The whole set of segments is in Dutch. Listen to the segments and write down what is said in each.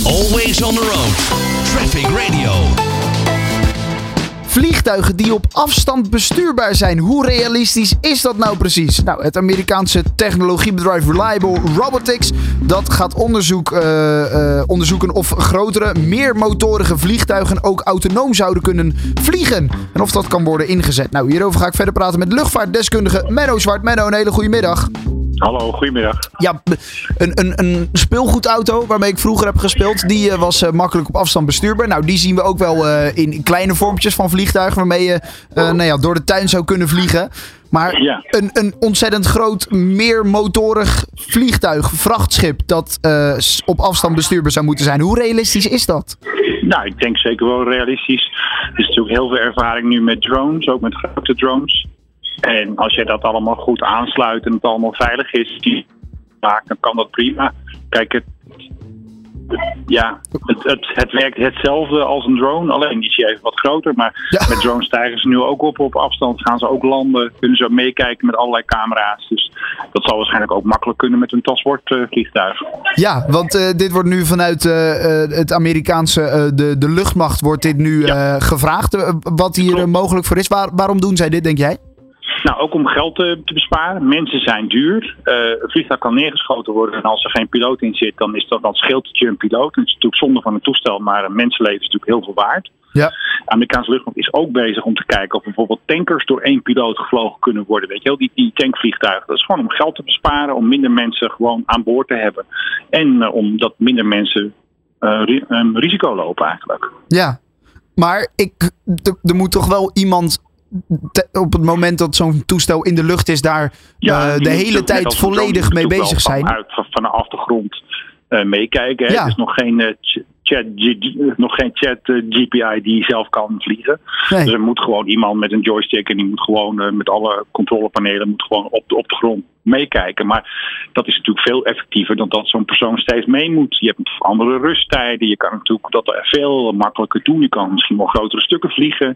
Always on the road. Traffic Radio. Vliegtuigen die op afstand bestuurbaar zijn. Hoe realistisch is dat nou precies? Nou, het Amerikaanse technologiebedrijf Reliable Robotics, dat gaat onderzoeken of grotere, meermotorige vliegtuigen ook autonoom zouden kunnen vliegen. En of dat kan worden ingezet. Nou, hierover ga ik verder praten met luchtvaartdeskundige Menno Zwart. Menno, een hele goede middag. Hallo, goedemiddag. Ja, een speelgoedauto waarmee ik vroeger heb gespeeld, die was makkelijk op afstand bestuurbaar. Nou, die zien we ook wel in kleine vormpjes van vliegtuigen waarmee je door de tuin zou kunnen vliegen. Maar Ja. een ontzettend groot, meermotorig vliegtuig, vrachtschip, dat op afstand bestuurbaar zou moeten zijn. Hoe realistisch is dat? Nou, ik denk zeker wel realistisch. Er is natuurlijk heel veel ervaring nu met drones, ook met grote drones. En als je dat allemaal goed aansluit en het allemaal veilig is, dan kan dat prima. Kijk, het werkt hetzelfde als een drone, alleen is hij even wat groter. Maar Ja. met drones stijgen ze nu ook op afstand, gaan ze ook landen, kunnen ze ook meekijken met allerlei camera's. Dus dat zal waarschijnlijk ook makkelijk kunnen met een transportvliegtuig. Ja, want dit wordt nu vanuit het Amerikaanse, de luchtmacht wordt dit nu gevraagd. Wat hier Klopt. mogelijk voor is. Waarom doen zij dit, denk jij? Nou, ook om geld te besparen. Mensen zijn duur. Een vliegtuig kan neergeschoten worden en als er geen piloot in zit, dan scheelt het je een piloot. Het is natuurlijk zonde van het toestel, maar een mensenleven is natuurlijk heel veel waard. Ja. De Amerikaanse luchtmacht is ook bezig om te kijken of bijvoorbeeld tankers door één piloot gevlogen kunnen worden. Weet je wel, die tankvliegtuigen. Dat is gewoon om geld te besparen, om minder mensen gewoon aan boord te hebben. En omdat minder mensen risico lopen eigenlijk. Ja, maar er moet toch wel iemand op het moment dat zo'n toestel in de lucht is daar de hele tijd volledig mee bezig zijn. Vanaf de grond meekijken. Hè? Ja. Er is nog geen chat GPI die zelf kan vliegen. Nee. Dus er moet gewoon iemand met een joystick en die moet gewoon met alle controlepanelen moet gewoon op de grond meekijken. Maar dat is natuurlijk veel effectiever dan dat zo'n persoon steeds mee moet. Je hebt andere rusttijden. Je kan natuurlijk dat veel makkelijker doen. Je kan misschien wel grotere stukken vliegen.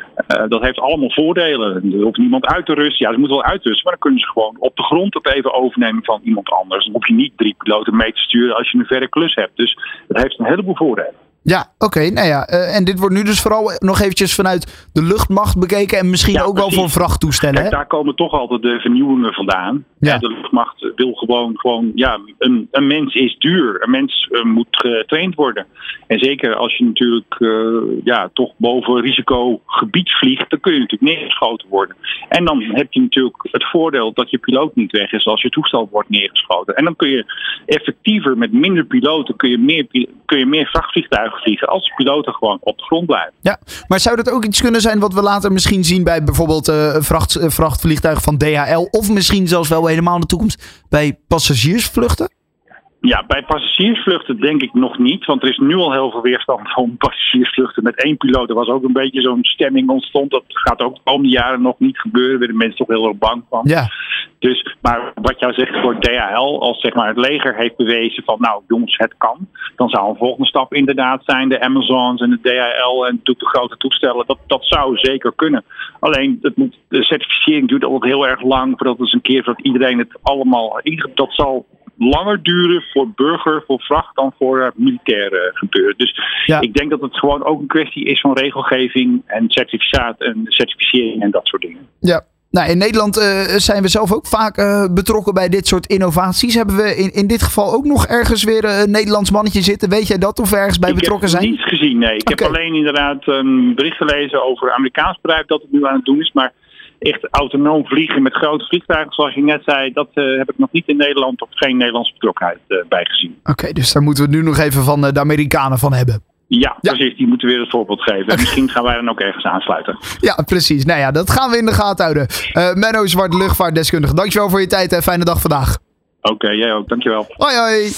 Dat heeft allemaal voordelen. Er hoeft niemand uit te rusten. Ja, ze moeten wel uitrusten, maar dan kunnen ze gewoon op de grond het even overnemen van iemand anders. Dan hoef je niet 3 piloten mee te sturen als je een verre klus hebt. Dus dat heeft een heleboel voordelen. Ja, oké. Nou ja, en dit wordt nu dus vooral nog eventjes vanuit de luchtmacht bekeken en misschien Ja, ook precies. wel voor vrachttoestellen. Kijk, Hè? daar komen toch altijd de vernieuwingen vandaan. Ja. De luchtmacht wil gewoon een mens is duur. Een mens moet getraind worden. En zeker als je natuurlijk toch boven risicogebied vliegt, dan kun je natuurlijk neergeschoten worden. En dan heb je natuurlijk het voordeel dat je piloot niet weg is als je toestel wordt neergeschoten. En dan kun je effectiever met minder piloten kun je meer vrachtvliegtuigen vliegen als de piloten gewoon op de grond blijven. Ja, maar zou dat ook iets kunnen zijn wat we later misschien zien bij bijvoorbeeld vrachtvliegtuigen van DHL of misschien zelfs wel helemaal in de toekomst bij passagiersvluchten? Ja, bij passagiersvluchten denk ik nog niet. Want er is nu al heel veel weerstand van passagiersvluchten met 1 piloot. Er was ook een beetje zo'n stemming ontstond. Dat gaat ook de komende jaren nog niet gebeuren. Daar werden mensen toch heel erg bang van. Ja. Dus, maar wat jou zegt voor DHL, als zeg maar het leger heeft bewezen van nou jongens, het kan. Dan zou een volgende stap inderdaad zijn de Amazons en de DHL en natuurlijk de grote toestellen. Dat zou zeker kunnen. Alleen de certificering duurt altijd heel erg lang voordat het een keer voordat iedereen het allemaal dat zal langer duren voor burger, voor vracht dan voor militair gebeuren. Dus Ja. ik denk dat het gewoon ook een kwestie is van regelgeving en certificaat en certificering en dat soort dingen. Ja. Nou, in Nederland zijn we zelf ook vaak betrokken bij dit soort innovaties. Hebben we in dit geval ook nog ergens weer een Nederlands mannetje zitten? Weet jij dat of we ergens bij betrokken zijn? Ik heb niets gezien, nee. Ik heb alleen inderdaad een bericht gelezen over een Amerikaans bedrijf dat het nu aan het doen is. Maar echt autonoom vliegen met grote vliegtuigen, zoals je net zei, dat heb ik nog niet in Nederland of geen Nederlandse betrokkenheid bij gezien. Oké, dus daar moeten we het nu nog even van de Amerikanen van hebben. Ja, precies. Die moeten weer het voorbeeld geven. En misschien gaan wij dan ook ergens aansluiten. Ja, precies. Nou ja, dat gaan we in de gaten houden. Menno Zwart, luchtvaartdeskundige. Dankjewel voor je tijd en fijne dag vandaag. Oké, jij ook. Dankjewel. Hoi hoi.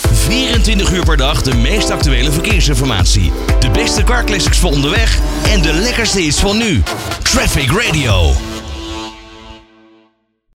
24 uur per dag de meest actuele verkeersinformatie. De beste car classics voor onderweg en de lekkerste is van nu. Traffic Radio.